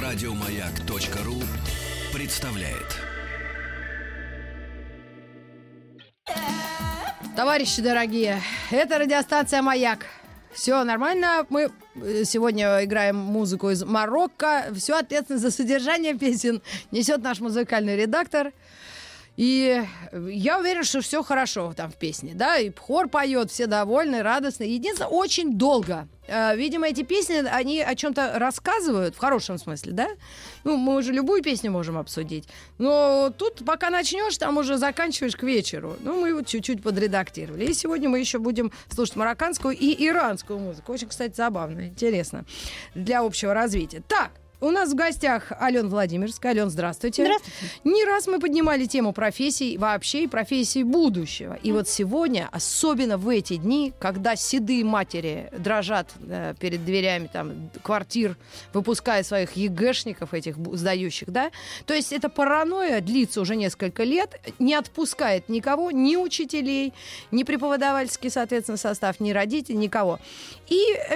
Радиомаяк.ру представляет. Товарищи дорогие, это радиостанция «Маяк». Все нормально, мы сегодня играем музыку из Марокко. Всю ответственность за содержание песен несет наш музыкальный редактор. И я уверена, что все хорошо там в песне, да, и хор поет, все довольны, радостны. Единственное, очень долго. Видимо, эти песни, они о чем-то рассказывают, в хорошем смысле, да? Ну, мы уже любую песню можем обсудить. Но тут, пока начнешь, там уже заканчиваешь к вечеру. Ну, мы его чуть-чуть подредактировали. И сегодня мы еще будем слушать марокканскую и иранскую музыку. Очень, кстати, забавно, интересно для общего развития. Так. У нас в гостях Алена Владимирская. Алена, здравствуйте. Здравствуйте. Не раз мы поднимали тему профессий вообще и профессий будущего. И вот сегодня, особенно в эти дни, когда седые матери дрожат перед дверями там, квартир, выпуская своих ЕГЭшников, этих сдающих, да, то есть эта паранойя длится уже несколько лет, не отпускает никого, ни учителей, ни преподавательский, соответственно, состав, ни родителей, никого. И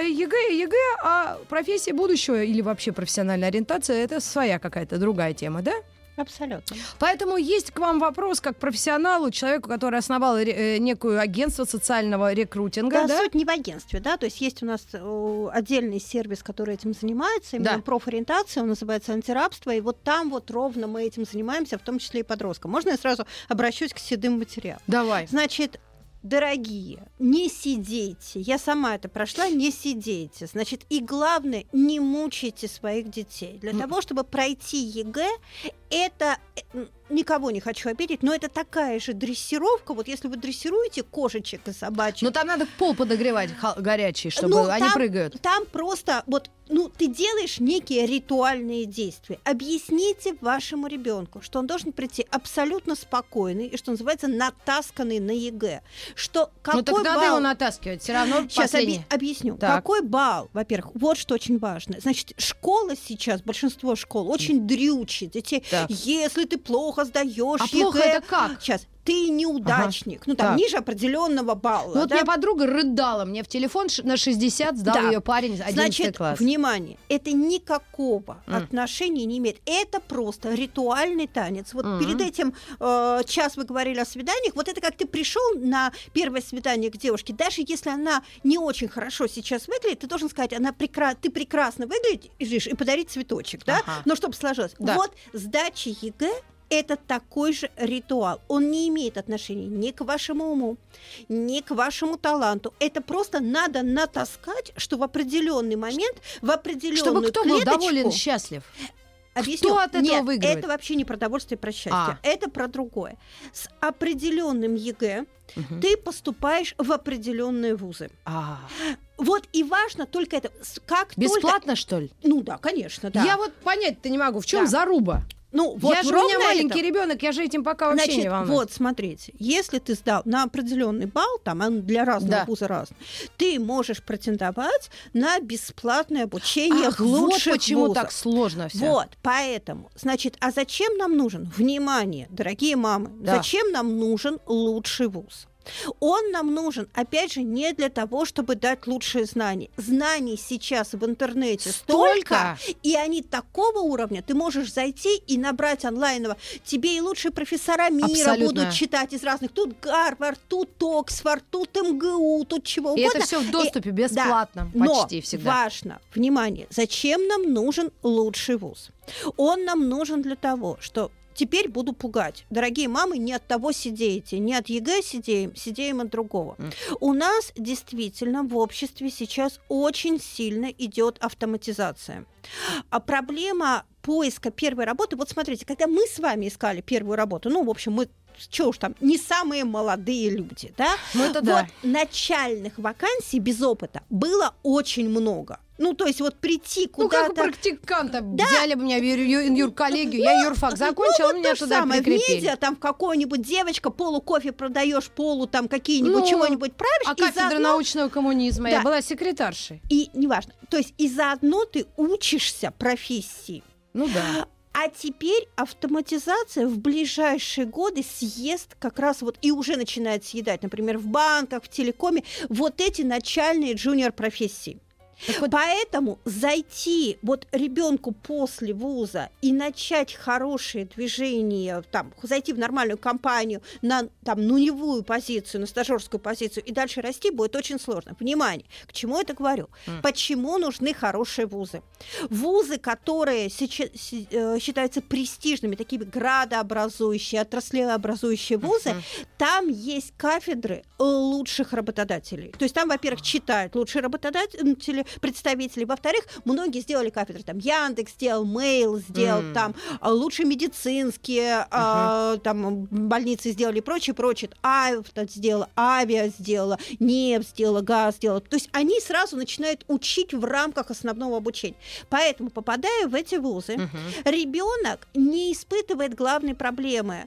ЕГЭ, а профессии будущего или вообще профессиональная ориентация — это своя какая-то другая тема, да? Абсолютно. Поэтому есть к вам вопрос как профессионалу, человеку, который основал некое агентство социального рекрутинга. Да, суть не в агентстве, да, то есть у нас отдельный сервис, который этим занимается, именно профориентация, он называется «Антирабство», и вот там вот ровно мы этим занимаемся, в том числе и подросткам. Можно я сразу обращусь к седым матерям? Давай. Значит, дорогие, не сидейте. Я сама это прошла, не сидейте. Значит, и главное, не мучайте своих детей. Для того, чтобы пройти ЕГЭ, это, никого не хочу обидеть, но это такая же дрессировка. Вот если вы дрессируете кошечек и собачек... Но там надо пол подогревать горячий, чтобы они прыгают. Там просто вот, ты делаешь некие ритуальные действия. Объясните вашему ребенку, что он должен прийти абсолютно спокойный и, что называется, натасканный на ЕГЭ. Что какой так надо балл... его натаскивать, все равно Сейчас объясню. Так. Какой балл, во-первых, вот что очень важно. Значит, школа сейчас, большинство школ очень дрючит детей. Так. Если ты плохо сдаешь ЕГЭ... плохо это как? Сейчас. Ты неудачник. Там ниже определенного балла. Вот моя подруга рыдала мне в телефон на 60, сдал ее парень 11 класс. Значит, внимание, это никакого отношения не имеет. Это просто ритуальный танец. Вот перед этим час вы говорили о свиданиях. Вот это как ты пришел на первое свидание к девушке, даже если она не очень хорошо сейчас выглядит, ты должен сказать, ты прекрасно выглядишь, и подарить цветочек, да? Но чтобы сложилось. Да. Вот сдача ЕГЭ это такой же ритуал. Он не имеет отношения ни к вашему уму, ни к вашему таланту. Это просто надо натаскать, что в определенный момент, в определенную чтобы кто клеточку... был доволен, счастлив. Объясню. Кто от этого выигрывает? Это вообще не про удовольствие, про счастье. Это про другое. С определенным ЕГЭ ты поступаешь в определенные вузы. Вот и важно только это. Бесплатно, что ли? Да, конечно, да. Я вот понять-то не могу, в чем заруба? Вот я же у меня маленький ребенок, я же этим пока вообще не волнуюсь. Вот, смотрите, если ты сдал на определенный балл, там он для разного вуза разный, ты можешь претендовать на бесплатное обучение в лучших вот почему вузах. Так сложно все. Вот, поэтому, значит, а зачем нам нужен, внимание, дорогие мамы, зачем нам нужен лучший вуз? Он нам нужен, опять же, не для того, чтобы дать лучшие знания. Знаний сейчас в интернете столько, и они такого уровня. Ты можешь зайти и набрать онлайново. Тебе и лучшие профессора мира будут читать из разных. Тут Гарвард, тут Оксфорд, тут МГУ, тут чего угодно. И это все в доступе бесплатно, почти всегда. Но важно, внимание, зачем нам нужен лучший вуз? Он нам нужен для того, что... Теперь буду пугать. Дорогие мамы, не от того сидеете, не от ЕГЭ сидеем от другого. У нас действительно в обществе сейчас очень сильно идет автоматизация. А проблема поиска первой работы, вот смотрите, когда мы с вами искали первую работу, в общем, мы что уж там, не самые молодые люди, да? Начальных вакансий без опыта было очень много. То есть вот прийти куда-то... как практиканта. Взяли бы меня в юрколлегию, я юрфак закончила, меня туда прикрепили. В медиа, там в какой-нибудь девочка, полукофе продаешь, там какие-нибудь чего-нибудь правишь. А кафедра научного коммунизма, я была секретаршей. И неважно. То есть и заодно ты учишься профессии. А теперь автоматизация в ближайшие годы съест как раз и уже начинает съедать, например, в банках, в телекоме, вот эти начальные джуниор-профессии. Поэтому зайти вот ребенку после вуза и начать хорошее движение, там, зайти в нормальную компанию на там, нулевую позицию, на стажерскую позицию и дальше расти будет очень сложно. Внимание, к чему я это говорю? Почему нужны хорошие вузы? Вузы, которые считаются престижными, такими градообразующие, отраслеобразующие вузы, там есть кафедры лучших работодателей. То есть там, во-первых, читают лучшие работодатели, представители, во-вторых, многие сделали кафедры, там Яндекс сделал, Mail сделал, там лучшие медицинские там больницы сделали, прочее. Авто сделала, Авиа сделала, Нефть сделала, Газ сделала. То есть они сразу начинают учить в рамках основного обучения. Поэтому, попадая в эти вузы, ребенок не испытывает главной проблемы,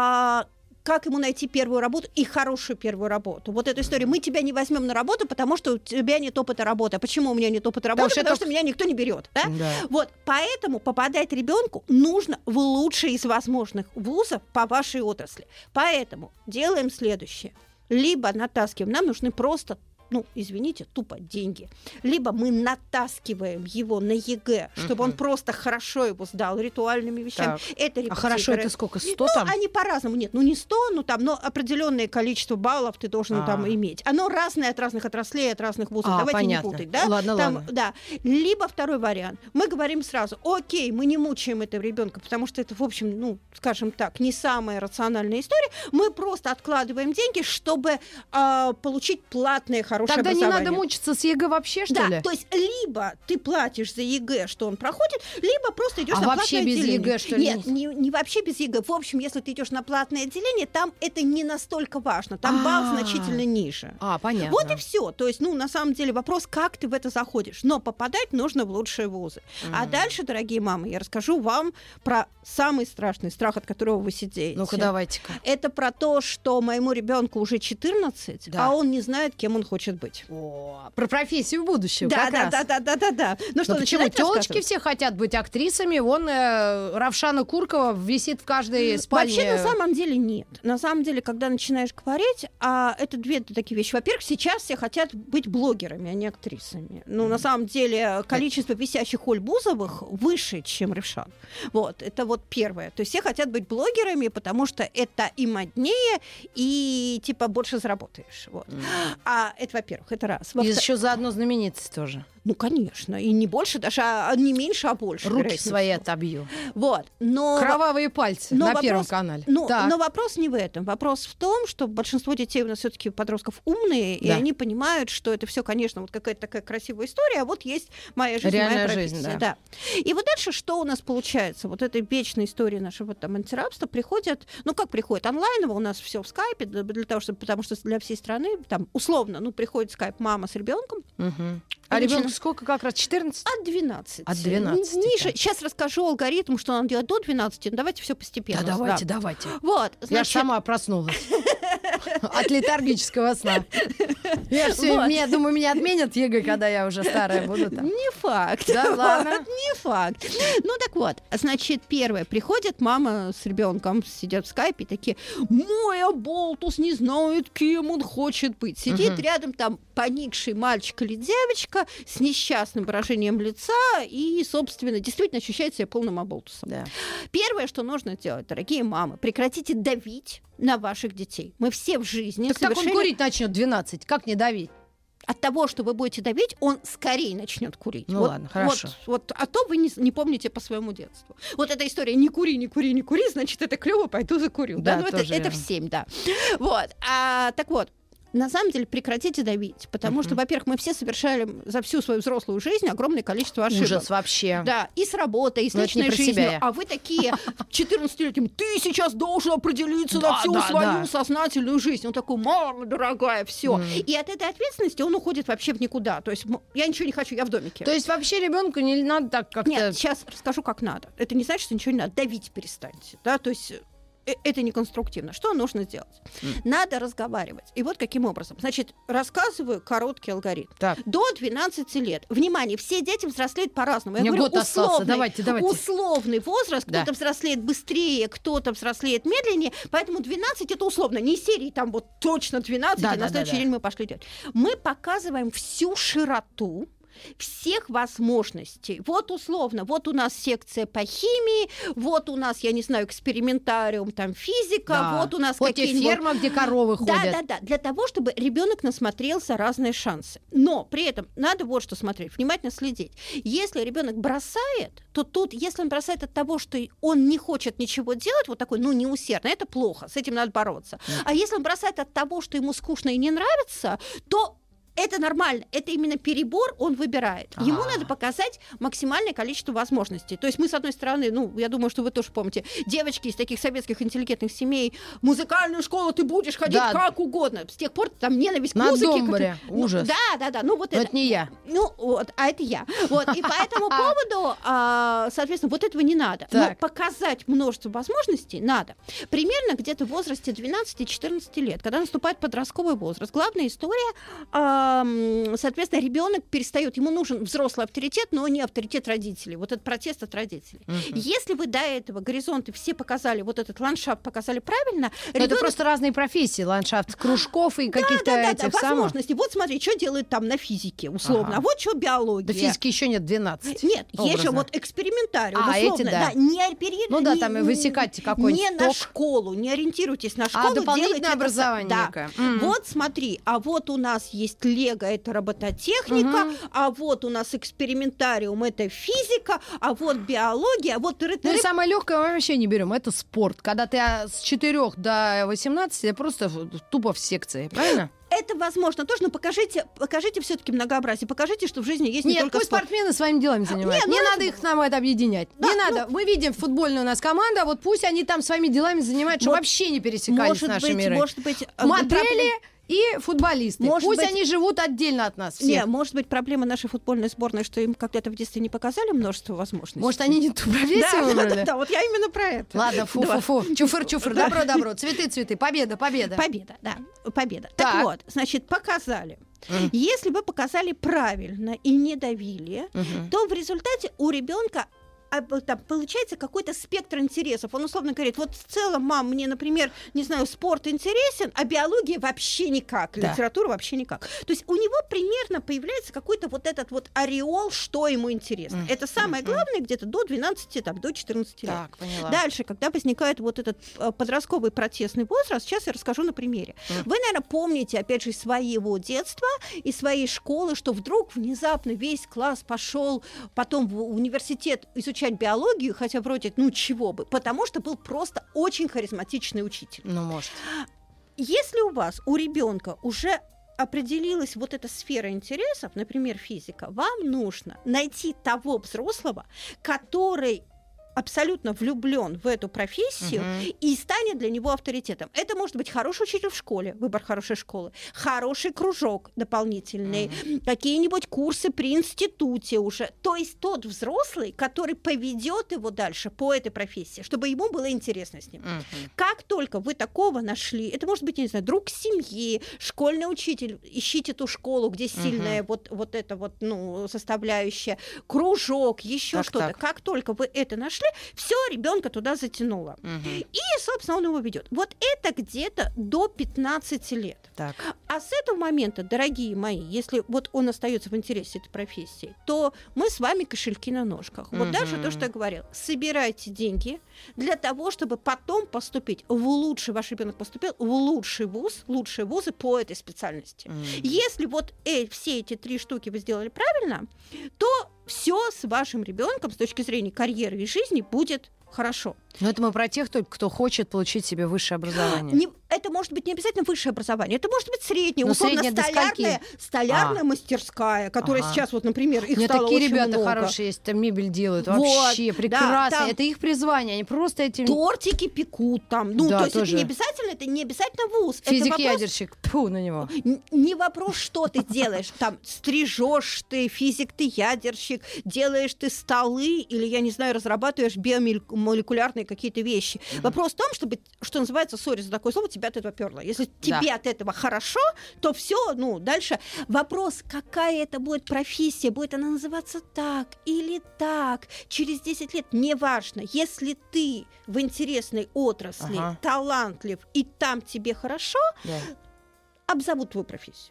как ему найти первую работу и хорошую первую работу. Вот эта история. Мы тебя не возьмем на работу, потому что у тебя нет опыта работы. А почему у меня нет опыта работы? Потому что меня никто не берет. Да? Да. Вот. Поэтому попадать ребенку нужно в лучший из возможных вузов по вашей отрасли. Поэтому делаем следующее. Либо натаскиваем. Нам нужны просто извините, тупо деньги. Либо мы натаскиваем его на ЕГЭ, чтобы он просто хорошо его сдал ритуальными вещами. Это хорошо это сколько? 100 там? Они по-разному. Нет, не 100, но определенное количество баллов ты должен там иметь. Оно разное от разных отраслей, от разных вузов. Давайте понятно. Не путать. Да? Ладно. Да. Либо второй вариант. Мы говорим сразу, окей, мы не мучаем этого ребенка, потому что это, в общем, скажем так, не самая рациональная история. Мы просто откладываем деньги, чтобы получить платное хорошее Тогда не надо мучиться с ЕГЭ вообще, что ли? Да, то есть либо ты платишь за ЕГЭ, что он проходит, либо просто идешь на платное отделение. А вообще без ЕГЭ, что ли? Нет, не вообще без ЕГЭ. В общем, если ты идешь на платное отделение, там это не настолько важно. Там балл значительно ниже. Понятно. Вот и все. То есть, на самом деле, вопрос, как ты в это заходишь. Но попадать нужно в лучшие вузы. А дальше, дорогие мамы, я расскажу вам про самый страшный страх, от которого вы сидите. Ну-ка, давайте-ка. Это про то, что моему ребенку уже 14, а он не знает, кем он хочет быть. Про профессию будущего. Да. Ну что, почему? Тёлочки все хотят быть актрисами. Вон Равшана Куркова висит в каждой спальне. Вообще, на самом деле, нет. На самом деле, когда начинаешь говорить, это две такие вещи. Во-первых, сейчас все хотят быть блогерами, а не актрисами. На самом деле, количество висящих Оль Бузовых выше, чем Равшан. Вот, это вот первое. То есть все хотят быть блогерами, потому что это и моднее, и больше заработаешь. Вот. Это, во-первых, это раз. И еще заодно знаменитость тоже. Конечно. И не больше, даже не меньше, а больше. Руки свои отобью. Вот. Кровавые пальцы на Первом канале. Но вопрос не в этом. Вопрос в том, что большинство детей у нас все-таки подростков умные, и они понимают, что это все, конечно, вот какая-то такая красивая история, а вот есть моя жизнь, реальная моя профессия. жизнь, да. И вот дальше что у нас получается? Вот этой вечной истории нашего антирабства приходят, как приходит? Онлайново у нас все в скайпе, для того, потому что для всей страны, там, условно, приходит скайп мама с ребенком. А ребенку сколько как раз? 14? От 12. От 12. Ниже. Сейчас расскажу алгоритм, что нам делать до 12. Давайте все постепенно. Да, давайте. Вот, я же сама проснулась от летаргического сна. Я думаю, меня отменят ЕГЭ, когда я уже старая буду там. Не факт. Да ладно. Не факт. Так вот, значит, первое. Приходит мама с ребенком, сидят в скайпе, такие, мой оболтус не знает, кем он хочет быть. Сидит рядом там поникший мальчик или девочка с несчастным выражением лица и, собственно, действительно ощущает себя полным оболтусом. Да. Первое, что нужно делать, дорогие мамы, прекратите давить на ваших детей. Мы все в жизни так он курить начнет 12. Как не давить? От того, что вы будете давить, он скорее начнет курить. Ладно, хорошо. А то вы не помните по своему детству. Вот эта история «не кури», значит, это клёво, пойду закурю. Да, это в 7, да. Вот. Так вот, на самом деле прекратите давить, потому что, во-первых, мы все совершали за всю свою взрослую жизнь огромное количество ошибок. Ужас вообще. Да, и с работой, и с личной жизнью. А вы такие 14-летним, ты сейчас должен определиться на всю свою сознательную жизнь. Он такой, мама дорогая, все. И от этой ответственности он уходит вообще в никуда. То есть я ничего не хочу, я в домике. То есть вообще ребенку не надо так как-то... Нет, сейчас расскажу, как надо. Это не значит, что ничего не надо. Давить перестаньте. Да? То есть... это неконструктивно. Что нужно сделать? Надо разговаривать. И вот каким образом. Значит, рассказываю короткий алгоритм. Так. До 12 лет. Внимание, все дети взрослеют по-разному. Я говорю, год остался. Давайте. Условный возраст. Да. Кто-то взрослеет быстрее, кто-то взрослеет медленнее. Поэтому 12 это условно. Не серии там вот точно 12, и на следующий день мы пошли делать. Мы показываем всю широту всех возможностей. Вот условно, вот у нас секция по химии, вот у нас, я не знаю, экспериментариум, там физика, Да. вот у нас Вот какие-нибудь... ферма, где коровы ходят. Да, для того, чтобы ребенок насмотрелся разные шансы. Но при этом надо вот что смотреть, внимательно следить. Если ребенок бросает, то тут, если он бросает от того, что он не хочет ничего делать, вот такой, ну, неусердно, это плохо, с этим надо бороться. А если он бросает от того, что ему скучно и не нравится, то это нормально, это именно перебор он выбирает. Ему надо показать максимальное количество возможностей. То есть мы, с одной стороны, ну, я думаю, что вы тоже помните, девочки из таких советских интеллигентных семей, музыкальную школу ты будешь ходить как угодно. С тех пор там ненависть к музыке. На Домбаре, ужас. Да, ну вот это не я. Ну, вот, а это я. Вот, и по этому поводу, соответственно, вот этого не надо. Но показать множество возможностей надо. Примерно где-то в возрасте 12-14 лет, когда наступает подростковый возраст, главная история, соответственно, ребенок перестает, ему нужен взрослый авторитет, но не авторитет родителей. Вот этот протест от родителей. Если вы до этого горизонты все показали, вот этот ландшафт показали правильно, это просто разные профессии, ландшафт кружков и каких-то этих возможностей. Вот смотри, что делают там на физике, условно, а вот что биология. Да физики еще нет 12. Нет, есть же вот экспериментариум, условно. Эти, да. Ну да, там и высекать какой-нибудь не на школу, не ориентируйтесь на школу. Дополнительное образование. Да. Вот смотри, а вот у нас есть Лего, это робототехника, а вот у нас экспериментариум, это физика, а вот биология, а вот... Ну и самое легкое мы вообще не берем, это спорт. Когда ты с 4 до 18 просто тупо в секции, правильно? Это возможно тоже, но покажите все-таки многообразие, покажите, что в жизни есть не только пусть спорт. спортсмены своими делами занимаются. Не надо их нам это объединять. Не надо. Мы видим футбольную у нас команда, вот пусть они там своими делами занимаются, чтобы вообще не пересекались наши миры. Может быть, модели и футболисты. Пусть быть, они живут отдельно от нас всех. Нет, может быть, проблема нашей футбольной сборной, что им когда-то в детстве не показали множество возможностей. Может, они не ту профессию выбрали? Да, вот я именно про это. Ладно, фу-фу-фу. Чуфр-чуфр, добро-добро. Цветы-цветы. Победа. Победа. Так вот, значит, показали. Если вы показали правильно и не давили, то в результате у ребенка там получается какой-то спектр интересов. Он условно говорит, вот в целом, мам, мне, например, не знаю, спорт интересен, а биология вообще никак, литература вообще никак. То есть у него примерно появляется какой-то вот этот вот ореол, что ему интересно. Это самое главное где-то до 12, там, до 14 лет. Так, поняла. Дальше, когда возникает вот этот подростковый протестный возраст, сейчас я расскажу на примере. Вы, наверное, помните, опять же, из своего детства и своей школы, что вдруг внезапно весь класс пошел потом в университет изучать биологию, хотя вроде, ну чего бы, потому что был просто очень харизматичный учитель. Ну, может. Если у вас, у ребенка уже определилась вот эта сфера интересов, например, физика, вам нужно найти того взрослого, который абсолютно влюблен в эту профессию и станет для него авторитетом. Это может быть хороший учитель в школе, выбор хорошей школы, хороший кружок дополнительный, какие-нибудь курсы при институте уже. То есть тот взрослый, который поведет его дальше по этой профессии, чтобы ему было интересно с ним. Как только вы такого нашли, это может быть, я не знаю, друг семьи, школьный учитель, ищите ту школу, где сильная вот эта вот, ну, составляющая, кружок, еще что-то. Как только вы это нашли, все, ребенка туда затянуло. И, собственно, он его ведет. Вот это где-то до 15 лет. Так. А с этого момента, дорогие мои, если вот он остается в интересе этой профессии, то мы с вами кошельки на ножках. Вот дальше то, что я говорила. Собирайте деньги для того, чтобы потом поступить в лучший, ваш ребенок поступил в лучший вуз, лучшие вузы по этой специальности. Если вот все эти 3 штуки вы сделали правильно, то все с вашим ребенком с точки зрения карьеры и жизни будет хорошо. Но это мы про тех, кто хочет получить себе высшее образование. Это может быть не обязательно высшее образование, это может быть среднее, условно столярная мастерская, которая сейчас, вот, например, их стало такие очень ребята много. хорошие есть, там мебель делают, вообще прекрасно. Да, это их призвание, они просто этим... Тортики пекут там. Ну, да, то есть тоже. это не обязательно вуз. Физик-ядерщик, тьфу на него. Не вопрос, что ты делаешь. Там стрижешь ты, физик ты, ядерщик, делаешь ты столы, или, я не знаю, разрабатываешь биомолекулярные какие-то вещи. Вопрос в том, чтобы, что называется, сори за такое слово, тебя от этого перло. Если тебе от этого хорошо, то все, ну, дальше. Вопрос, какая это будет профессия, будет она называться так или так, через 10 лет, неважно. Если ты в интересной отрасли, талантлив, и там тебе хорошо, обзовут твою профессию.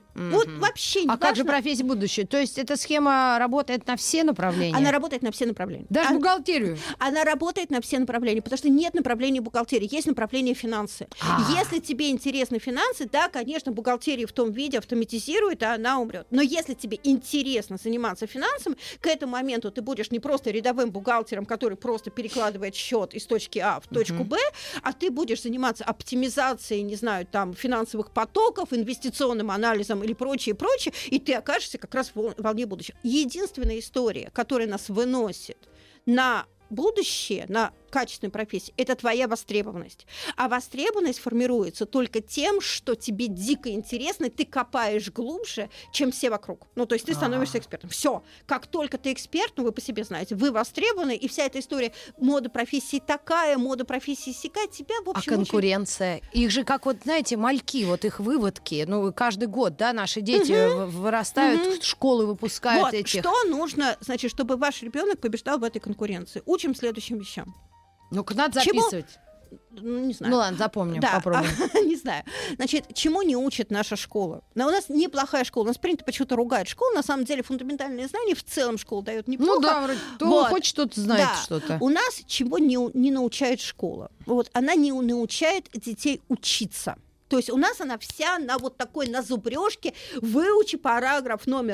Вот вообще не А важно. как же профессия будущего? То есть эта схема работает на все направления? Она работает на все направления. Даже бухгалтерию? Она работает на все направления, потому что нет направления бухгалтерии, есть направление финансы. Если тебе интересны финансы, да, конечно, бухгалтерия в том виде автоматизирует, а она умрет. Но если тебе интересно заниматься финансами, к этому моменту ты будешь не просто рядовым бухгалтером, который просто перекладывает счет из точки А в точку Б, а ты будешь заниматься оптимизацией, не знаю, там, финансовых потоков, инвестиционным анализом или прочее, и ты окажешься как раз в волне будущего. Единственная история, которая нас выносит на будущее, на качественной профессии, это твоя востребованность. А востребованность формируется только тем, что тебе дико интересно, ты копаешь глубже, чем все вокруг. Ну, то есть ты становишься экспертом. Все. Как только ты эксперт, ну, вы по себе знаете, вы востребованы, и вся эта история мода профессии такая, мода профессии сякая, тебя, в общем... А конкуренция? Их же, как вот, знаете, мальки, вот их выводки, ну, каждый год, да, наши дети вырастают, школы выпускают вот, этих... Что нужно, значит, чтобы ваш ребенок побеждал в этой конкуренции? Учим следующим вещам. Ну-ка, надо записывать. Ну, не знаю. Ну ладно, запомним, да, попробуем. Не знаю. Значит, чему не учит наша школа? Но у нас неплохая школа. У нас принято почему-то ругать школу. На самом деле фундаментальные знания в целом школа дает неплохо. Ну да, вроде, вот. Хоть что-то знает, да. что-то. У нас чего не научает школа? Вот она не научает детей учиться. То есть у нас она вся на вот такой, на зубрежке, выучи параграф номер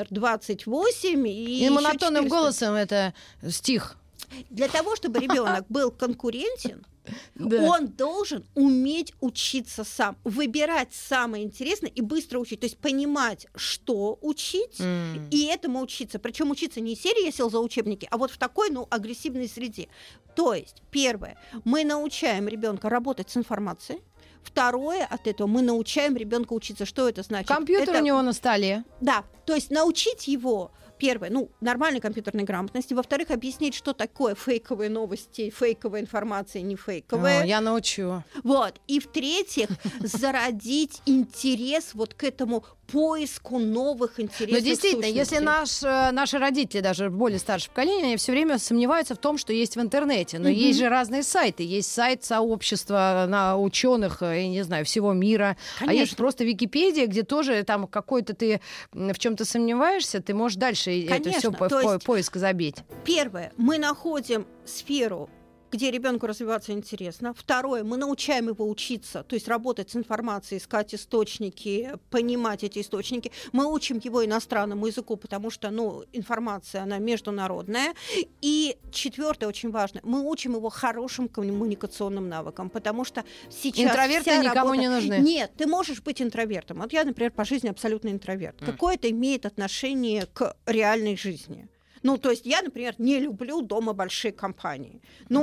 28 и монотонным 400. голосом это стих. Для того, чтобы ребенок был конкурентен, он должен уметь учиться сам, выбирать самое интересное и быстро учить. То есть понимать, что учить, и этому учиться. Причем учиться не из серии «я сел за учебники», а вот в такой, агрессивной среде. То есть, первое, мы научаем ребенка работать с информацией. Второе, от этого мы научаем ребенка учиться. Что это значит? Компьютер у него на столе. Да, то есть научить его, первое, нормальной компьютерной грамотности. Во-вторых, объяснить, что такое фейковые новости, фейковая информация, не фейковая. Я научу. Вот. И в-третьих, зародить интерес вот к этому поиску новых интересных Но действительно, сущностей. если наши родители, даже более старшее поколение, они все время сомневаются в том, что есть в интернете. Но есть же разные сайты. Есть сайт сообщества на ученых, я не знаю, всего мира. Конечно. А есть просто Википедия, где тоже там какой-то ты в чем-то сомневаешься, ты можешь дальше это все в поиск забить. Первое, мы находим сферу, где ребенку развиваться интересно. Второе, мы научаем его учиться, то есть работать с информацией, искать источники, понимать эти источники. Мы учим его иностранному языку, потому что, информация, она международная. И четвертое, очень важно, мы учим его хорошим коммуникационным навыкам, потому что сейчас интроверты никому не нужны. Нет, ты можешь быть интровертом. Вот я, например, по жизни абсолютно интроверт. Какое это имеет отношение к реальной жизни? То есть я, например, не люблю дома большие компании.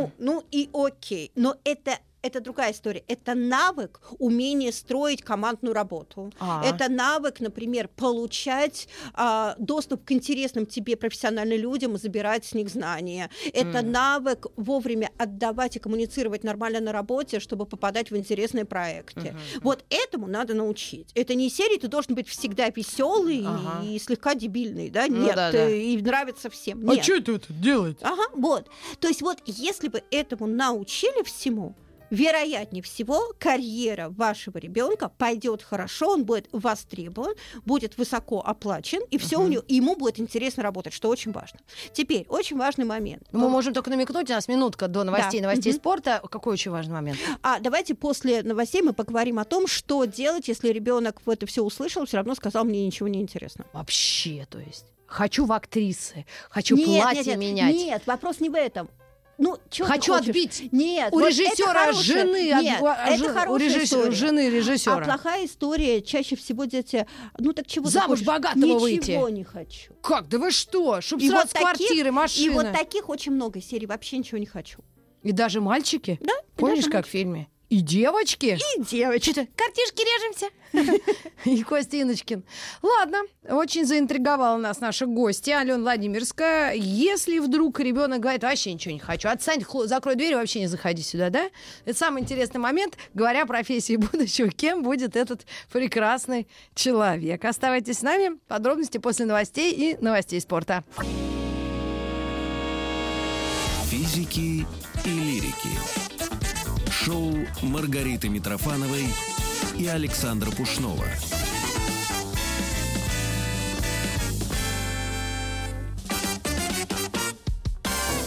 И окей. Но это другая история. Это навык, умение строить командную работу. Это навык, например, получать доступ к интересным тебе профессиональным людям и забирать с них знания. Это навык вовремя отдавать и коммуницировать нормально на работе, чтобы попадать в интересные проекты. Вот этому надо научить. Это не из серии, ты должен быть всегда веселый и слегка дебильный, да? Нет, и нравится всем. Нет. А что это делать? Вот. То есть если бы этому научили всему, вероятнее всего, карьера вашего ребенка пойдет хорошо, он будет востребован, будет высоко оплачен, и все ему будет интересно работать, что очень важно. Теперь, очень важный момент. Мы можем только намекнуть, у нас минутка до новостей спорта. Какой очень важный момент? Давайте после новостей мы поговорим о том, что делать, если ребенок это все услышал, все равно сказал, мне ничего не интересно. Вообще, то есть. Хочу в актрисы, хочу платье менять. Нет, вопрос не в этом. Хочу отбить. Нет, у режиссера жены. Это хорошая история. Жены режиссера. А плохая история, чаще всего дети, так чего замуж ты хочешь? богатого выйти. Ничего не хочу. Как? Да вы что? Чтоб сразу квартиры, машины. И вот таких очень много серий. Вообще ничего не хочу. И даже мальчики? Да. Помнишь, как в фильме? И девочки? И девочки. Картишки режемся. И Костя Иночкин. Ладно, очень заинтриговала нас наша гостья Алена Владимирская. Если вдруг ребенок говорит, вообще ничего не хочу, отстань, закрой дверь, вообще не заходи сюда, да? Это самый интересный момент, говоря о профессии будущего. Кем будет этот прекрасный человек? Оставайтесь с нами. Подробности после новостей и новостей спорта. Физики и лирики. Шоу Маргариты Митрофановой и Александра Пушнова.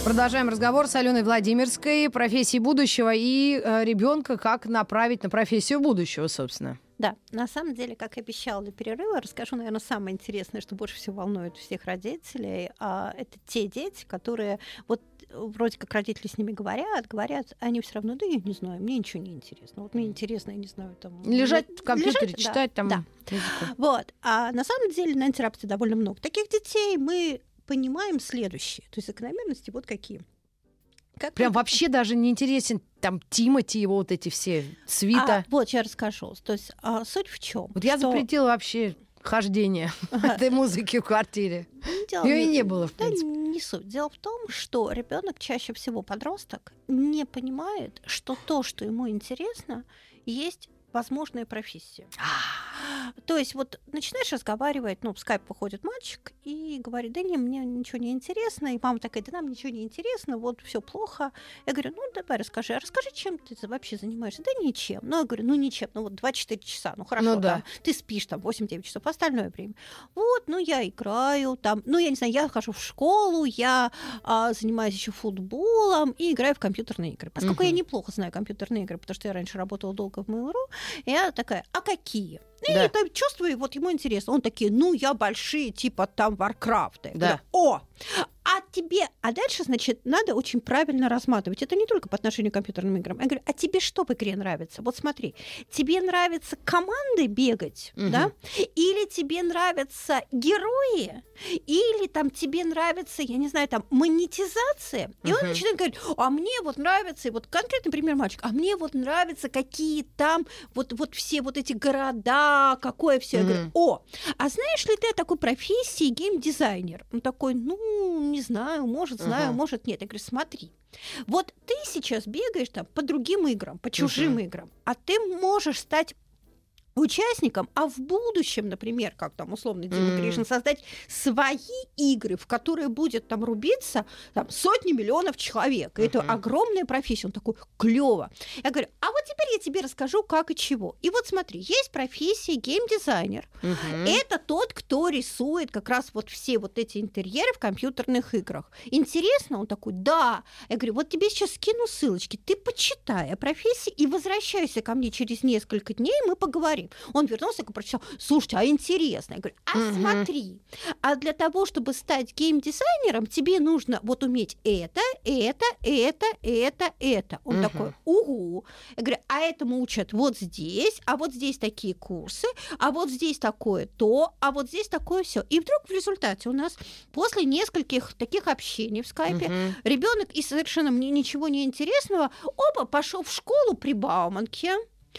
Продолжаем разговор с Аленой Владимирской, профессии будущего и ребенка, как направить на профессию будущего, собственно. Да, на самом деле, как и обещала до перерыва, расскажу, наверное, самое интересное, что больше всего волнует всех родителей. Это те дети, которые вот вроде как родители с ними говорят, они все равно, да я не знаю, мне ничего не интересно. Вот мне интересно, я не знаю, там... Лежать в компьютере, читать да, там. Да. Вот. А на самом деле на терапии довольно много таких детей. Мы понимаем следующее. То есть закономерности вот какие. Прям вообще даже не интересен там Тимати, его вот эти все свита. Вот я расскажу. То есть суть в чем? Вот я запретила вообще хождение этой музыки в квартире. Ее и не было, в принципе. Не суть. Дело в том, что ребенок, чаще всего подросток, не понимает, что то, что ему интересно, есть возможная профессия. То есть вот начинаешь разговаривать, в скайп выходит мальчик и говорит, да не, мне ничего не интересно. И мама такая, да нам ничего не интересно, вот все плохо. Я говорю, давай расскажи, чем ты вообще занимаешься? Да ничем. Я говорю, ничем, вот 24 часа, хорошо, да. Ты спишь там 8-9 часов, остальное время. Вот, я играю там, я не знаю, я хожу в школу, я занимаюсь еще футболом и играю в компьютерные игры. Поскольку я неплохо знаю компьютерные игры, потому что я раньше работала долго в Mail.ru, я такая, а какие? И я чувствую, вот ему интересно. Он такие, я большие, типа там Warcraft. Да. О! А дальше, значит, надо очень правильно разматывать. Это не только по отношению к компьютерным играм. Я говорю, а тебе что в игре нравится? Вот смотри, тебе нравится командой бегать, да? Или тебе нравятся герои? Или там тебе нравится, я не знаю, там монетизация? И он начинает говорить, а мне вот нравится, и вот конкретный пример мальчик, а мне вот нравятся какие там вот все вот эти города, какое все. Я говорю, а знаешь ли ты о такой профессии геймдизайнер? Он такой, не знаю, может, знаю, может, нет. Я говорю, смотри, вот ты сейчас бегаешь там по другим играм, по чужим играм, а ты можешь стать участникам, а в будущем, например, как там условно Дима Гришин, создать свои игры, в которые будет там рубиться там, сотни миллионов человек. И это огромная профессия. Он такой, клево. Я говорю, а вот теперь я тебе расскажу, как и чего. И вот смотри, есть профессия геймдизайнер. Это тот, кто рисует как раз вот все вот эти интерьеры в компьютерных играх. Интересно? Он такой, да. Я говорю, вот тебе сейчас скину ссылочки, ты почитай о профессии и возвращайся ко мне через несколько дней, мы поговорим. Он вернулся и прочитал, слушайте, а интересно. Я говорю, смотри, а для того, чтобы стать геймдизайнером, тебе нужно вот уметь это. Он такой, угу. Я говорю, а этому учат вот здесь, а вот здесь такие курсы, а вот здесь такое то, а вот здесь такое все. И вдруг в результате у нас после нескольких таких общений в скайпе ребенок из совершенно мне ничего не интересного, пошел в школу при Бауманке,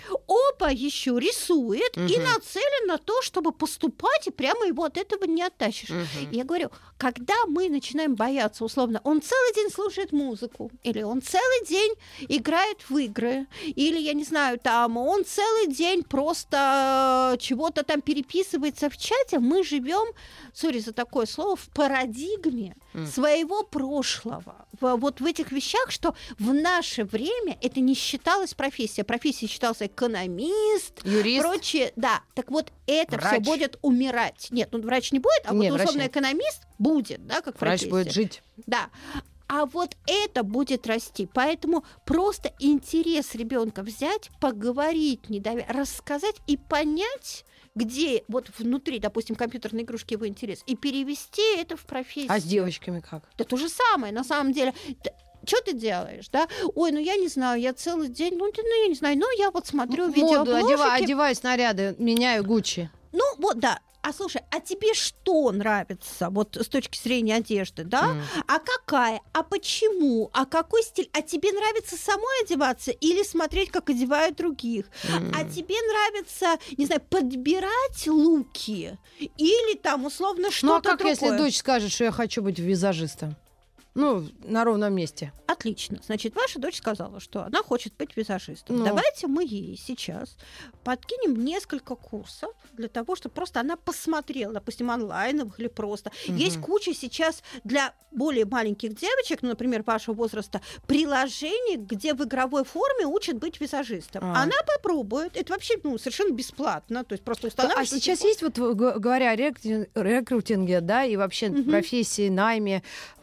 еще рисует и нацелен на то, чтобы поступать, и прямо его от этого не оттащишь. Я говорю, когда мы начинаем бояться, условно, он целый день слушает музыку, или он целый день играет в игры, или, я не знаю, там, он целый день просто чего-то там переписывается в чате, мы живем, сори за такое слово, в парадигме своего прошлого. Вот в этих вещах, что в наше время это не считалось профессией. Профессией считался экономист, юрист, прочее. Да, так вот это все будет умирать. Нет, врач не будет, а нет, вот условно экономист будет, да, как врач профессия. Будет жить. Да. А вот это будет расти. Поэтому просто интерес ребенка взять, поговорить, рассказать и понять, где вот внутри, допустим, компьютерной игрушки его интерес, и перевести это в профессию. А с девочками как? Да то же самое, на самом деле. Что ты делаешь, да? Ой, я не знаю, я целый день, я не знаю, я вот смотрю видеоблогики. Одеваю снаряды, меняю Гуччи. Да. А слушай, а тебе что нравится, вот с точки зрения одежды, да? А какая? А почему? А какой стиль? А тебе нравится самой одеваться или смотреть, как одевают других? А тебе нравится, не знаю, подбирать луки? Или там условно что-то другое? Если дочь скажет, что я хочу быть визажистом? На ровном месте. Отлично. Значит, ваша дочь сказала, что она хочет быть визажистом. Давайте мы ей сейчас подкинем несколько курсов для того, чтобы просто она посмотрела, допустим, онлайновых или просто. Есть куча сейчас для более маленьких девочек, например, вашего возраста, приложений, где в игровой форме учат быть визажистом. Она попробует. Это вообще совершенно бесплатно. То есть просто устанавливаешь. А сейчас есть, вот говоря о рекрутинге, да, и вообще профессии, найме,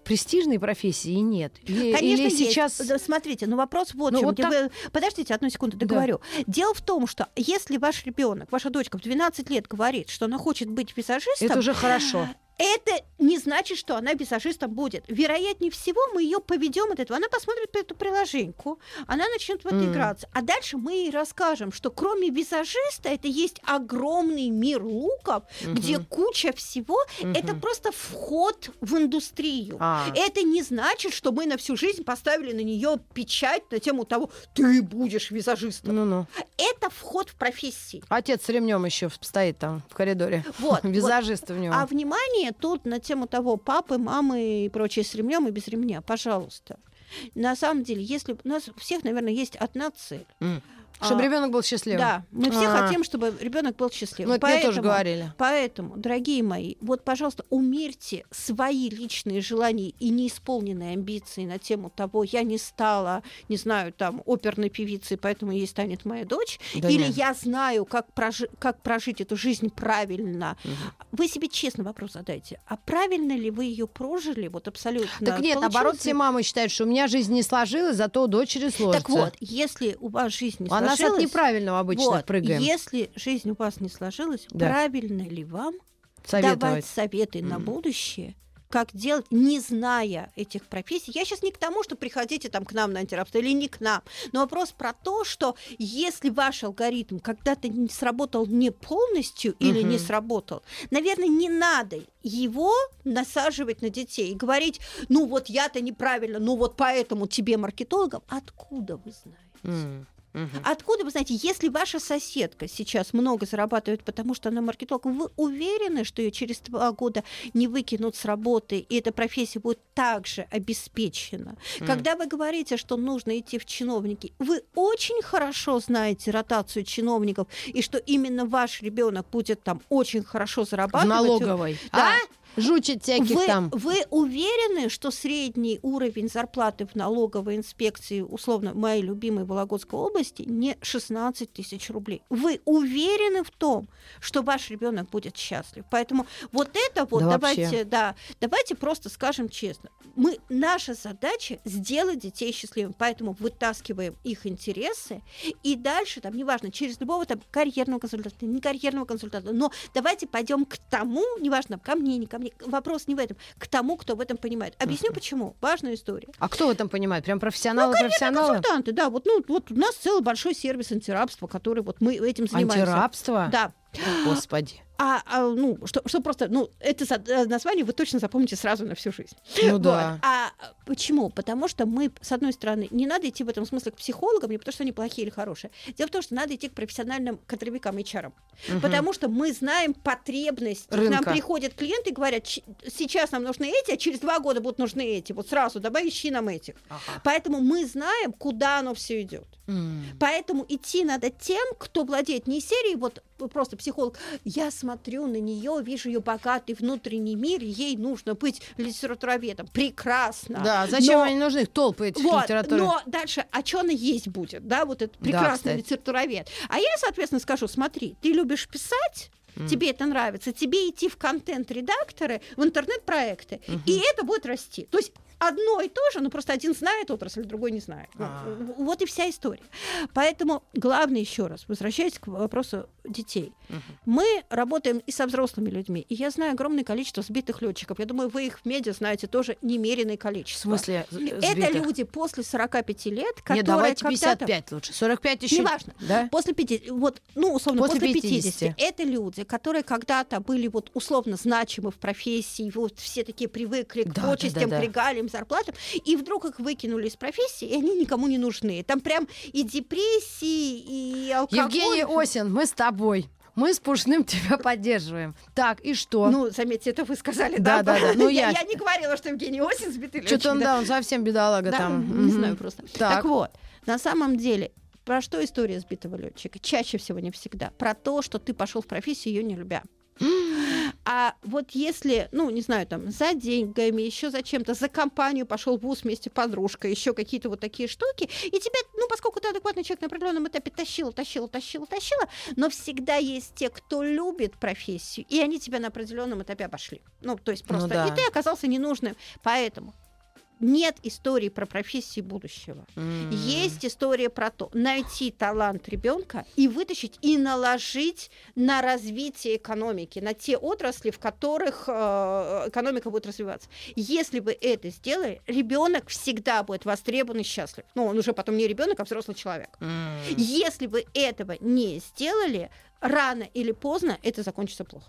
престижные профессии и нет? Конечно, или есть. сейчас... Смотрите, вопрос вот в Ну, чем. вот так... Подождите, одну секунду договорю. Да. Дело в том, что если ваш ребенок, ваша дочка в 12 лет говорит, что она хочет быть визажистом... Это уже хорошо. Это не значит, что она визажистом будет. Вероятнее всего, мы ее поведем от этого. Она посмотрит эту приложеньку, она начнет в это играться. А дальше мы ей расскажем, что кроме визажиста это есть огромный мир луков, где куча всего. Это просто вход в индустрию. Это не значит, что мы на всю жизнь поставили на нее печать на тему того, ты будешь визажистом. Это вход в профессию. Отец с ремнем еще стоит там в коридоре. Вот, визажист в нем. А внимание тут на тему того, папы, мамы и прочее с ремнем и без ремня, пожалуйста. На самом деле, если у нас у всех, наверное, есть одна цель. Чтобы ребенок был счастливым. Да, мы все хотим, чтобы ребенок был счастливым. Ну, это мне тоже говорили. Поэтому, дорогие мои, вот, пожалуйста, умерьте свои личные желания и неисполненные амбиции на тему того, я не стала, не знаю, там, оперной певицей, поэтому ей станет моя дочь, да или нет. я знаю, как прожить эту жизнь правильно. Вы себе честно вопрос задайте, а правильно ли вы ее прожили? Вот абсолютно. Так нет, наоборот, все мамы считают, что у меня жизнь не сложилась, зато у дочери сложится. Так вот, если у вас жизнь не сложилась... нас от неправильного обычно прыгаем. Если жизнь у вас не сложилась, правильно ли вам давать советы на будущее, как делать, не зная этих профессий? Я сейчас не к тому, что приходите там к нам на антирабство или не к нам, но вопрос про то, что если ваш алгоритм когда-то не сработал не полностью или не сработал, наверное, не надо его насаживать на детей и говорить, ну вот я-то неправильно, ну вот поэтому тебе маркетологом. Откуда вы знаете? Откуда вы знаете, если ваша соседка сейчас много зарабатывает, потому что она маркетолог, вы уверены, что ее через 2 года не выкинут с работы, и эта профессия будет также обеспечена? Когда вы говорите, что нужно идти в чиновники, вы очень хорошо знаете ротацию чиновников, и что именно ваш ребенок будет там очень хорошо зарабатывать. В налоговой. Да. Жучить всяких там. Вы уверены, что средний уровень зарплаты в налоговой инспекции, условно, моей любимой Вологодской области, не 16 тысяч рублей? Вы уверены в том, что ваш ребенок будет счастлив? Поэтому вот это вот, давайте просто скажем честно. Наша задача сделать детей счастливыми, поэтому вытаскиваем их интересы, и дальше, там, неважно, через любого там карьерного консультанта, не карьерного консультанта, но давайте пойдем к тому, неважно, ко мне, не ко мне, вопрос не в этом, к тому, кто в этом понимает. Объясню, почему. Важная история. А кто в этом понимает? Прям профессионалы? Консультанты, да. Вот у нас целый большой сервис антирабства, который вот мы этим занимаемся. Антирабство? Да. Господи. Что просто, это название вы точно запомните сразу на всю жизнь. Ну да. А почему? Потому что мы, с одной стороны, не надо идти в этом смысле к психологам, не потому что они плохие или хорошие. Дело в том, что надо идти к профессиональным кадровикам, HR. Потому что мы знаем потребность. К нам приходят клиенты и говорят, сейчас нам нужны эти, а через 2 года будут нужны эти. Вот сразу давай ищи нам этих. Поэтому мы знаем, куда оно все идет. Поэтому идти надо тем, кто владеет не серией, вот просто психолог, я смотрю на нее, вижу ее богатый внутренний мир, ей нужно быть литературоведом. Прекрасно. Да, зачем они нужны? Толпы этих литературы. Но дальше, а что она есть будет? Да, вот этот прекрасный литературовед. А я, соответственно, скажу, смотри, ты любишь писать, тебе это нравится, тебе идти в контент-редакторы, в интернет-проекты, и это будет расти. То есть одно и то же, но просто один знает отрасль, другой не знает. Вот и вся история. Поэтому главное, еще раз, возвращаясь к вопросу детей. Мы работаем и со взрослыми людьми, и я знаю огромное количество сбитых летчиков. Я думаю, вы их в медиа знаете тоже немеренное количество. В смысле сбитых? Это люди после 45 лет, которые... Нет, давайте 55 лучше. 45 еще... Неважно. Да? После 50... Вот, условно, после 50. Это люди, которые когда-то были вот условно значимы в профессии, вот все такие привыкли к почестям, к регалиям, зарплатам, и вдруг их выкинули из профессии, и они никому не нужны. Там прям и депрессии, и алкоголь. Евгений Осин, мы с тобой. Мы с Пушным тебя поддерживаем. Так, и что? Заметьте, это вы сказали, да? Да. Я не говорила, что Евгений Осин сбитый летчик. Что-то он совсем бедолага там. Не знаю просто. Так вот, на самом деле, про что история сбитого летчика? Чаще всего, не всегда. Про то, что ты пошел в профессию, ее не любя. А вот если, ну, не знаю, там, за деньгами, еще за чем-то, за компанию пошел в вуз вместе подружка, еще какие-то вот такие штуки, и тебя, ну, поскольку ты адекватный человек, на определенном этапе тащила, но всегда есть те, кто любит профессию, и они тебя на определенном этапе обошли. Ну, то есть просто, и ты оказался ненужным. Поэтому нет истории про профессии будущего. Есть история про то, найти талант ребенка и вытащить, и наложить на развитие экономики, на те отрасли, в которых экономика будет развиваться. Если вы это сделали, ребенок всегда будет востребован и счастлив. Ну, он уже потом не ребенок, а взрослый человек. Если вы этого не сделали, рано или поздно это закончится плохо.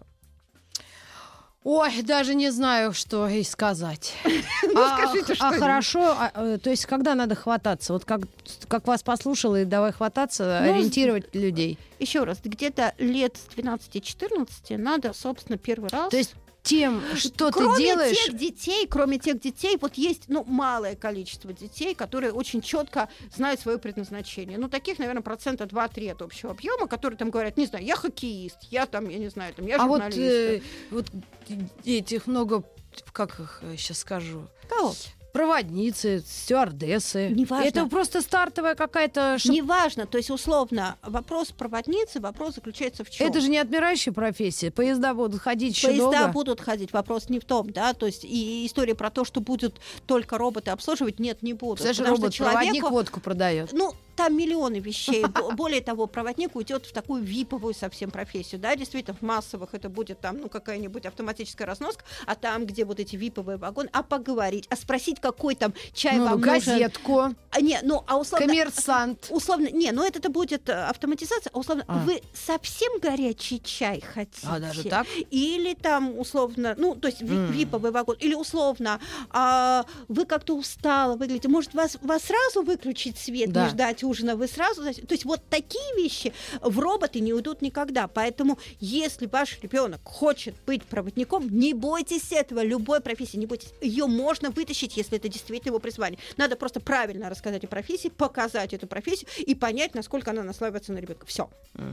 Ой, даже не знаю, что и сказать. Скажите, что хорошо, то есть когда надо хвататься? Вот как вас послушала, и давай хвататься, ориентировать людей. Еще раз, где-то лет с 12-14 надо, собственно, первый раз... То есть тем, что ты делаешь... Кроме тех детей, вот есть, ну, малое количество детей, которые очень четко знают свое предназначение. Ну, таких, наверное, 2-3% от общего объема, которые там говорят, не знаю, я хоккеист, я там, я не знаю, там, я журналист. Вот этих много, как их сейчас скажу... Кого? Проводницы, стюардессы. Неважно. Это просто стартовая какая-то... Неважно. То есть, условно, вопрос проводницы, вопрос заключается в чем? Это же не отмирающая профессия. Поезда будут ходить еще долго. Поезда будут ходить. Вопрос не в том, да. То есть, и история про то, что будут только роботы обслуживать, нет, не будут. Даже робот-проводник водку продает. Ну, там миллионы вещей. Более того, проводник уйдет в такую виповую совсем профессию. Да, действительно, в массовых это будет там, ну, какая-нибудь автоматическая разноска, а там, где вот эти виповые вагоны, а поговорить, а спросить, какой там чай вам газетку. нужен. Не, ну, а условно... Коммерсант. Условно, не, ну, это будет автоматизация, а условно, вы совсем горячий чай хотите? А даже так? Или там, условно, ну, то есть виповый вагон, или условно, вы как-то устало выглядите, может, вас сразу выключить свет, не ждать ужина, вы сразу... То есть вот такие вещи в роботы не уйдут никогда. Поэтому, если ваш ребенок хочет быть проводником, не бойтесь этого, любой профессии, не бойтесь. Ее можно вытащить, если это действительно его призвание. Надо просто правильно рассказать о профессии, показать эту профессию и понять, насколько она наслаивается на ребенка. Все.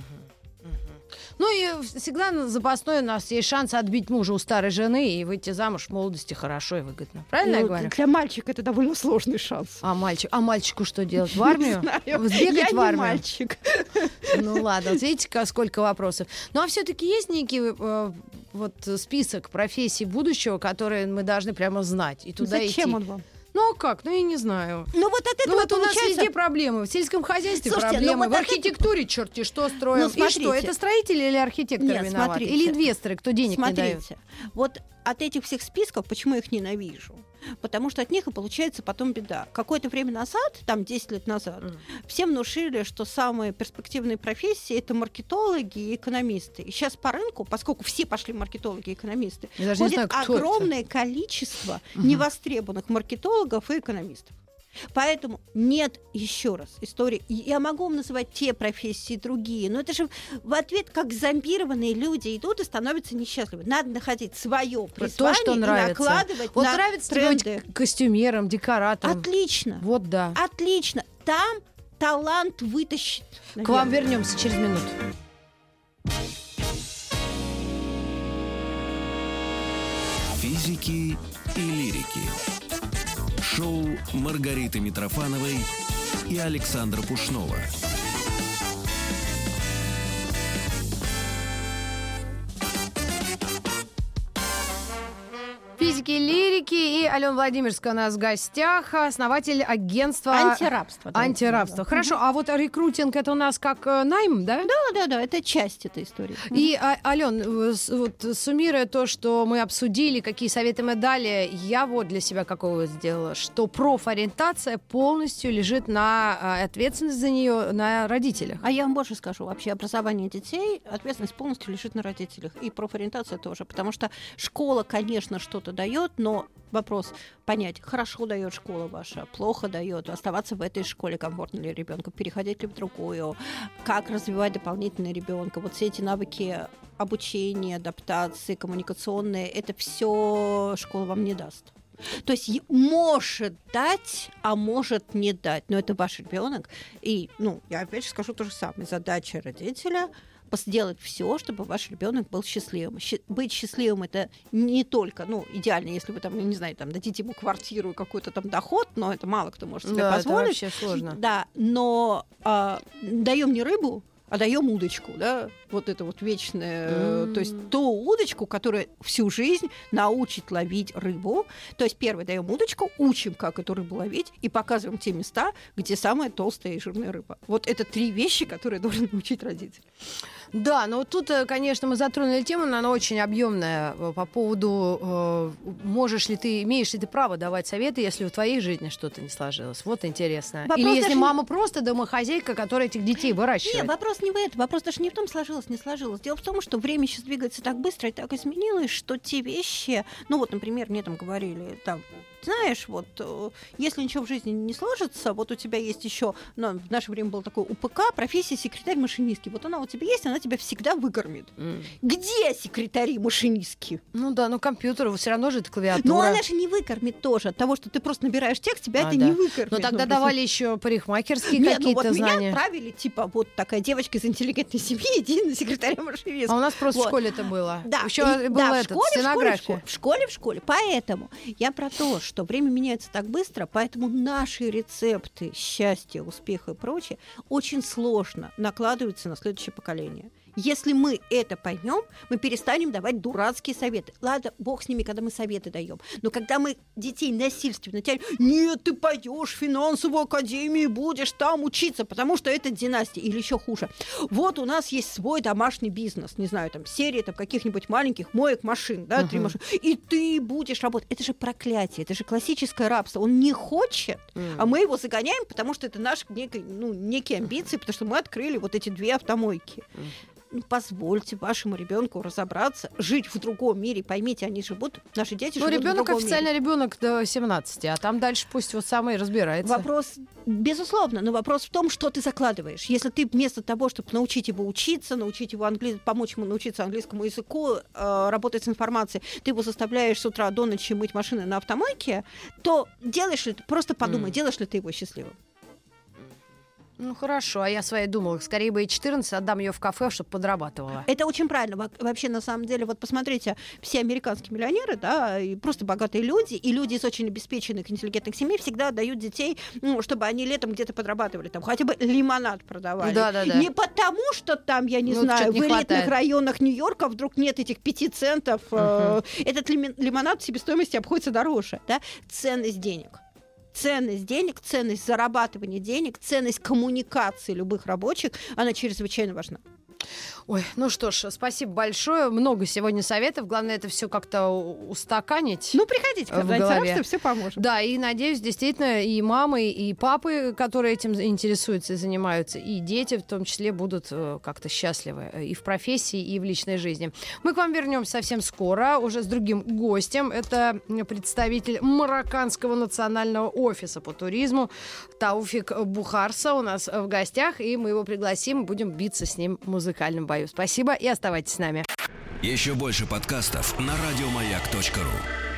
Ну и всегда запасной у нас есть шанс отбить мужа у старой жены и выйти замуж в молодости хорошо и выгодно. Правильно я говорю? Для мальчика это довольно сложный шанс. А мальчику что делать? В армию? Сбегать в армию? Я не мальчик. Ну ладно, вот видите, сколько вопросов. Ну а все-таки есть некий вот список профессий будущего, которые мы должны прямо знать и туда идти? Зачем он вам? Ну а как? Ну я не знаю. Ну вот от этого вот у нас везде проблемы. В сельском хозяйстве проблемы. В архитектуре черти что строим. И что, это строители или архитекторы виноваты? Или инвесторы, кто денег не дает? Вот от этих всех списков, почему я их ненавижу? Потому что от них и получается потом беда. Какое-то время назад, там 10 лет назад, всем внушили, что самые перспективные профессии — это маркетологи и экономисты. И сейчас по рынку, поскольку все пошли маркетологи и экономисты, ходит огромное количество невостребованных маркетологов и экономистов. Поэтому нет, еще раз, истории. Я могу вам называть те профессии, другие, но это же в ответ, как зомбированные люди идут и становятся несчастливы. Надо находить свое призвание то, что нравится. И накладывать вот на нравится тренды. Костюмером, декоратором. Отлично. Вот да. Отлично. Там талант вытащит. Наверное. К вам вернемся через минуту. Физики и лирики. Шоу Маргариты Митрофановой и Александра Пушнова. Физики и лирики. И Алена Владимирская у нас в гостях, основатель агентства антирабства. Хорошо, а вот рекрутинг — это у нас как найм, да? Да, это часть этой истории. И, Ален, вот суммируя то, что мы обсудили, какие советы мы дали, я вот для себя какого сделала, что профориентация полностью лежит на ответственность за нее на родителях. А я вам больше скажу, вообще образование детей, ответственность полностью лежит на родителях. И профориентация тоже, потому что школа, конечно, что-то дает, но вопрос понять, хорошо дает школа ваша, плохо дает, оставаться в этой школе, комфортно ли ребенку, переходить ли в другую, как развивать дополнительно ребенка. Вот все эти навыки обучения, адаптации, коммуникационные, это все школа вам не даст. То есть может дать, а может не дать. Но это ваш ребенок. И, я опять же скажу то же самое. Задача родителя сделать все, чтобы ваш ребенок был счастливым. Быть счастливым это не только, идеально, если вы там, не знаю, там дадите ему квартиру и какой-то там доход, но это мало кто может себе позволить. Это вообще сложно. Да, но даем не рыбу, а даем удочку, да, вот это вот вечное, то есть ту удочку, которая всю жизнь научит ловить рыбу. То есть первое, даем удочку, учим, как эту рыбу ловить, и показываем те места, где самая толстая и жирная рыба. Вот это 3 вещи, которые должен научить родитель. Да, но тут, конечно, мы затронули тему, но она очень объемная по поводу, имеешь ли ты право давать советы, если в твоей жизни что-то не сложилось. Вот интересно. Вопрос или если даже мама просто домохозяйка, которая этих детей выращивает. Нет, вопрос не в этом. Вопрос даже не в том, сложилось, не сложилось. Дело в том, что время сейчас двигается так быстро и так изменилось, что те вещи... например, мне там говорили, знаешь, если ничего в жизни не сложится, вот у тебя есть еще, в наше время был такой УПК, профессия секретарь-машинистки. Вот она у тебя есть, она тебя всегда выкормит. Где секретари-машинистки? Компьютер, все равно же это клавиатура. Но она же не выкормит тоже. От того, что ты просто набираешь текст, тебя это не выкормит. Но тогда давали еще парикмахерские какие-то знания. Меня отправили, вот такая девочка из интеллигентной семьи, иди на секретаря-машинистку. А у нас просто в школе это было. Да, еще была стенография. В школе. Поэтому я про то, что время меняется так быстро, поэтому наши рецепты счастья, успеха и прочее очень сложно накладываются на следующее поколение. Если мы это поймем, мы перестанем давать дурацкие советы. Ладно, бог с ними, когда мы советы даем. Но когда мы детей насильственно тянем, нет, ты пойдешь в финансовую академию и будешь там учиться, потому что это династия. Или еще хуже. Вот у нас есть свой домашний бизнес, не знаю, там серия каких-нибудь маленьких моек машин, 3 машины. И ты будешь работать. Это же проклятие, это же классическое рабство. Он не хочет, а мы его загоняем, потому что это наши некие амбиции, потому что мы открыли вот эти 2 автомойки. Позвольте вашему ребенку разобраться, жить в другом мире. Поймите, они живут, наши дети живут в другом мире. Ребенок официально ребенок до 17, а там дальше пусть сам и разбирается. Вопрос, безусловно, но вопрос в том, что ты закладываешь. Если ты вместо того, чтобы научить его учиться, научить его помочь ему научиться английскому языку, работать с информацией, ты его заставляешь с утра до ночи мыть машины на автомойке, то делаешь ли ты, просто подумай, делаешь ли ты его счастливым. Хорошо, а я своей думала, скорее бы и 14 отдам ее в кафе, чтобы подрабатывала. Это очень правильно. Вообще, на самом деле, посмотрите, все американские миллионеры, и просто богатые люди, и люди из очень обеспеченных, интеллигентных семей всегда отдают детей, чтобы они летом где-то подрабатывали, хотя бы лимонад продавали. Да. Не потому, что там, я не знаю, в элитных районах Нью-Йорка вдруг нет этих 5 центов. Этот лимонад в себестоимости обходится дороже. Ценность денег. Ценность денег, ценность зарабатывания денег, ценность коммуникации любых рабочих, она чрезвычайно важна. Ой, что ж, спасибо большое. Много сегодня советов. Главное, это все как-то устаканить. Приходите к нам на антирабство, все поможет. Да, и надеюсь, действительно, и мамы, и папы, которые этим интересуются и занимаются, и дети в том числе будут как-то счастливы и в профессии, и в личной жизни. Мы к вам вернемся совсем скоро, уже с другим гостем. Это представитель Марокканского национального офиса по туризму Тауфик Бухарса у нас в гостях, и мы его пригласим, будем биться с ним в музыкальном бою. Спасибо и оставайтесь с нами. Еще больше подкастов на радиомаяк.ру.